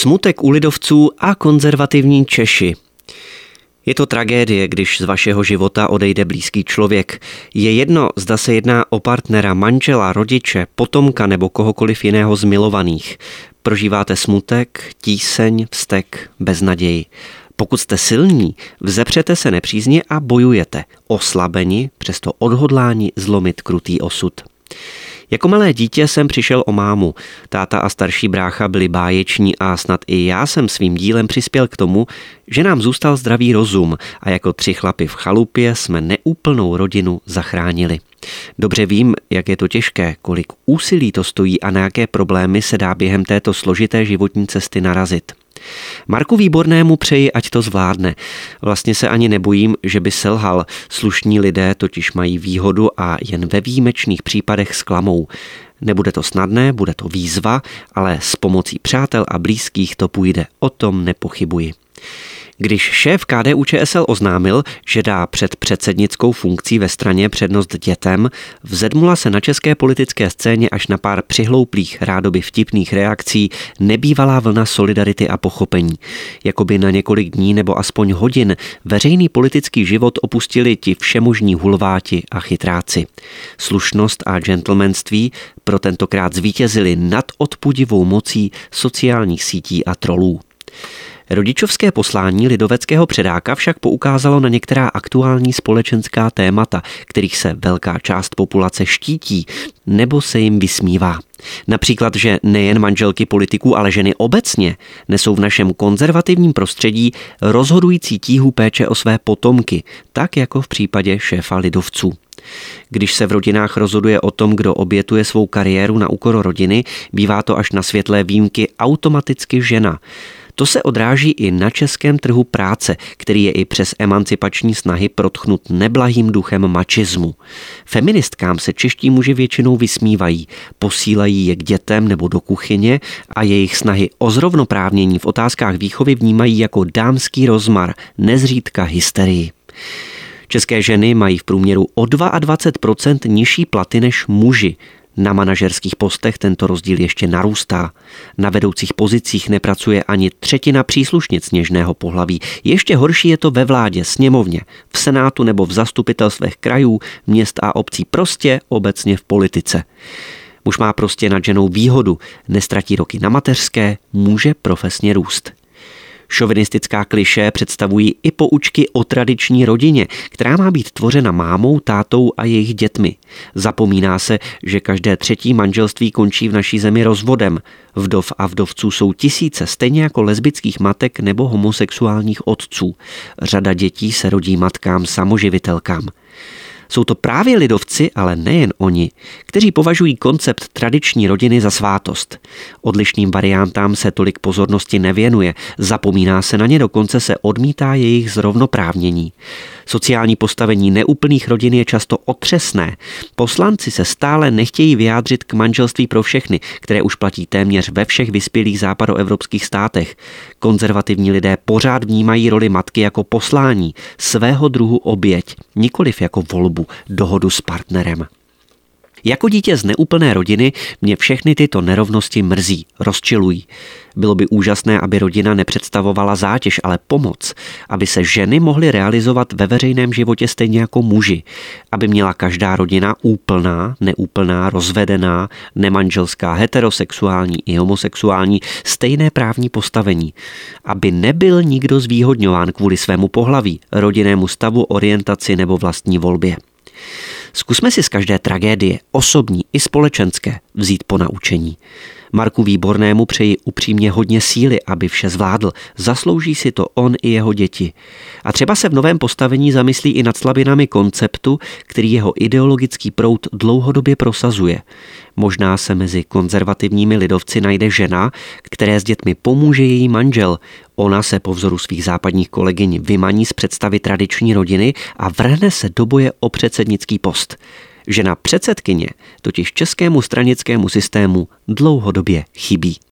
Smutek u lidovců a konzervativní Češi. Je to tragédie, když z vašeho života odejde blízký člověk. Je jedno, zda se jedná o partnera, manžela, rodiče, potomka nebo kohokoliv jiného z milovaných. Prožíváte smutek, tíseň, vztek, beznaději. Pokud jste silní, vzepřete se nepřízně a bojujete. Oslabeni, přesto odhodláni zlomit krutý osud. Jako malé dítě jsem přišel o mámu. Táta a starší brácha byli báječní a snad i já jsem svým dílem přispěl k tomu, že nám zůstal zdravý rozum a jako 3 chlapi v chalupě jsme neúplnou rodinu zachránili. Dobře vím, jak je to těžké, kolik úsilí to stojí a na jaké problémy se dá během této složité životní cesty narazit. Marku Výbornému přeji, ať to zvládne. Vlastně se ani nebojím, že by selhal. Slušní lidé totiž mají výhodu a jen ve výjimečných případech zklamou. Nebude to snadné, bude to výzva, ale s pomocí přátel a blízkých to půjde, o tom nepochybuji. Když šéf KDU-ČSL oznámil, že dá před předsednickou funkcí ve straně přednost dětem, vzedmula se na české politické scéně až na pár přihlouplých, rádoby vtipných reakcí nebývalá vlna solidarity a pochopení. Jakoby na několik dní nebo aspoň hodin veřejný politický život opustili ti všemožní hulváti a chytráci. Slušnost a gentlemanství pro tentokrát zvítězili nad odpudivou mocí sociálních sítí a trolů. Rodičovské poslání lidoveckého předáka však poukázalo na některá aktuální společenská témata, kterých se velká část populace štítí nebo se jim vysmívá. Například, že nejen manželky politiků, ale ženy obecně nesou v našem konzervativním prostředí rozhodující tíhu péče o své potomky, tak jako v případě šéfa lidovců. Když se v rodinách rozhoduje o tom, kdo obětuje svou kariéru na úkor rodiny, bývá to až na světlé výjimky automaticky žena. To se odráží i na českém trhu práce, který je i přes emancipační snahy protchnut neblahým duchem mačismu. Feministkám se čeští muži většinou vysmívají, posílají je k dětem nebo do kuchyně a jejich snahy o zrovnoprávnění v otázkách výchovy vnímají jako dámský rozmar, nezřídka hysterii. České ženy mají v průměru o 22% nižší platy než muži. Na manažerských postech tento rozdíl ještě narůstá. Na vedoucích pozicích nepracuje ani 1/3 příslušnic něžného pohlaví. Ještě horší je to ve vládě, sněmovně, v senátu nebo v zastupitelstvech krajů, měst a obcí, prostě obecně v politice. Muž má prostě nad ženou výhodu, nestratí roky na mateřské, může profesně růst. Šovinistická klišé představují i poučky o tradiční rodině, která má být tvořena mámou, tátou a jejich dětmi. Zapomíná se, že každé 3. manželství končí v naší zemi rozvodem. Vdov a vdovců jsou tisíce, stejně jako lesbických matek nebo homosexuálních otců. Řada dětí se rodí matkám samoživitelkám. Jsou to právě lidovci, ale nejen oni, kteří považují koncept tradiční rodiny za svátost. Odlišným variantám se tolik pozornosti nevěnuje, zapomíná se na ně, dokonce se odmítá jejich zrovnoprávnění. Sociální postavení neúplných rodin je často otřesné. Poslanci se stále nechtějí vyjádřit k manželství pro všechny, které už platí téměř ve všech vyspělých západoevropských státech. Konzervativní lidé pořád vnímají roli matky jako poslání, svého druhu oběť, nikoliv jako volbu, dohodu s partnerem. Jako dítě z neúplné rodiny mě všechny tyto nerovnosti mrzí, rozčilují. Bylo by úžasné, aby rodina nepředstavovala zátěž, ale pomoc, aby se ženy mohly realizovat ve veřejném životě stejně jako muži, aby měla každá rodina úplná, neúplná, rozvedená, nemanželská, heterosexuální i homosexuální stejné právní postavení, aby nebyl nikdo zvýhodňován kvůli svému pohlaví, rodinnému stavu, orientaci nebo vlastní volbě. Zkusme si z každé tragédie, osobní i společenské, vzít ponaučení. Marku Výbornému přeji upřímně hodně síly, aby vše zvládl. Zaslouží si to on i jeho děti. A třeba se v novém postavení zamyslí i nad slabinami konceptu, který jeho ideologický proud dlouhodobě prosazuje. Možná se mezi konzervativními lidovci najde žena, které s dětmi pomůže její manžel. Ona se po vzoru svých západních kolegyň vymaní z představy tradiční rodiny a vrhne se do boje o předsednický post. Žena předsedkyně totiž českému stranickému systému dlouhodobě chybí.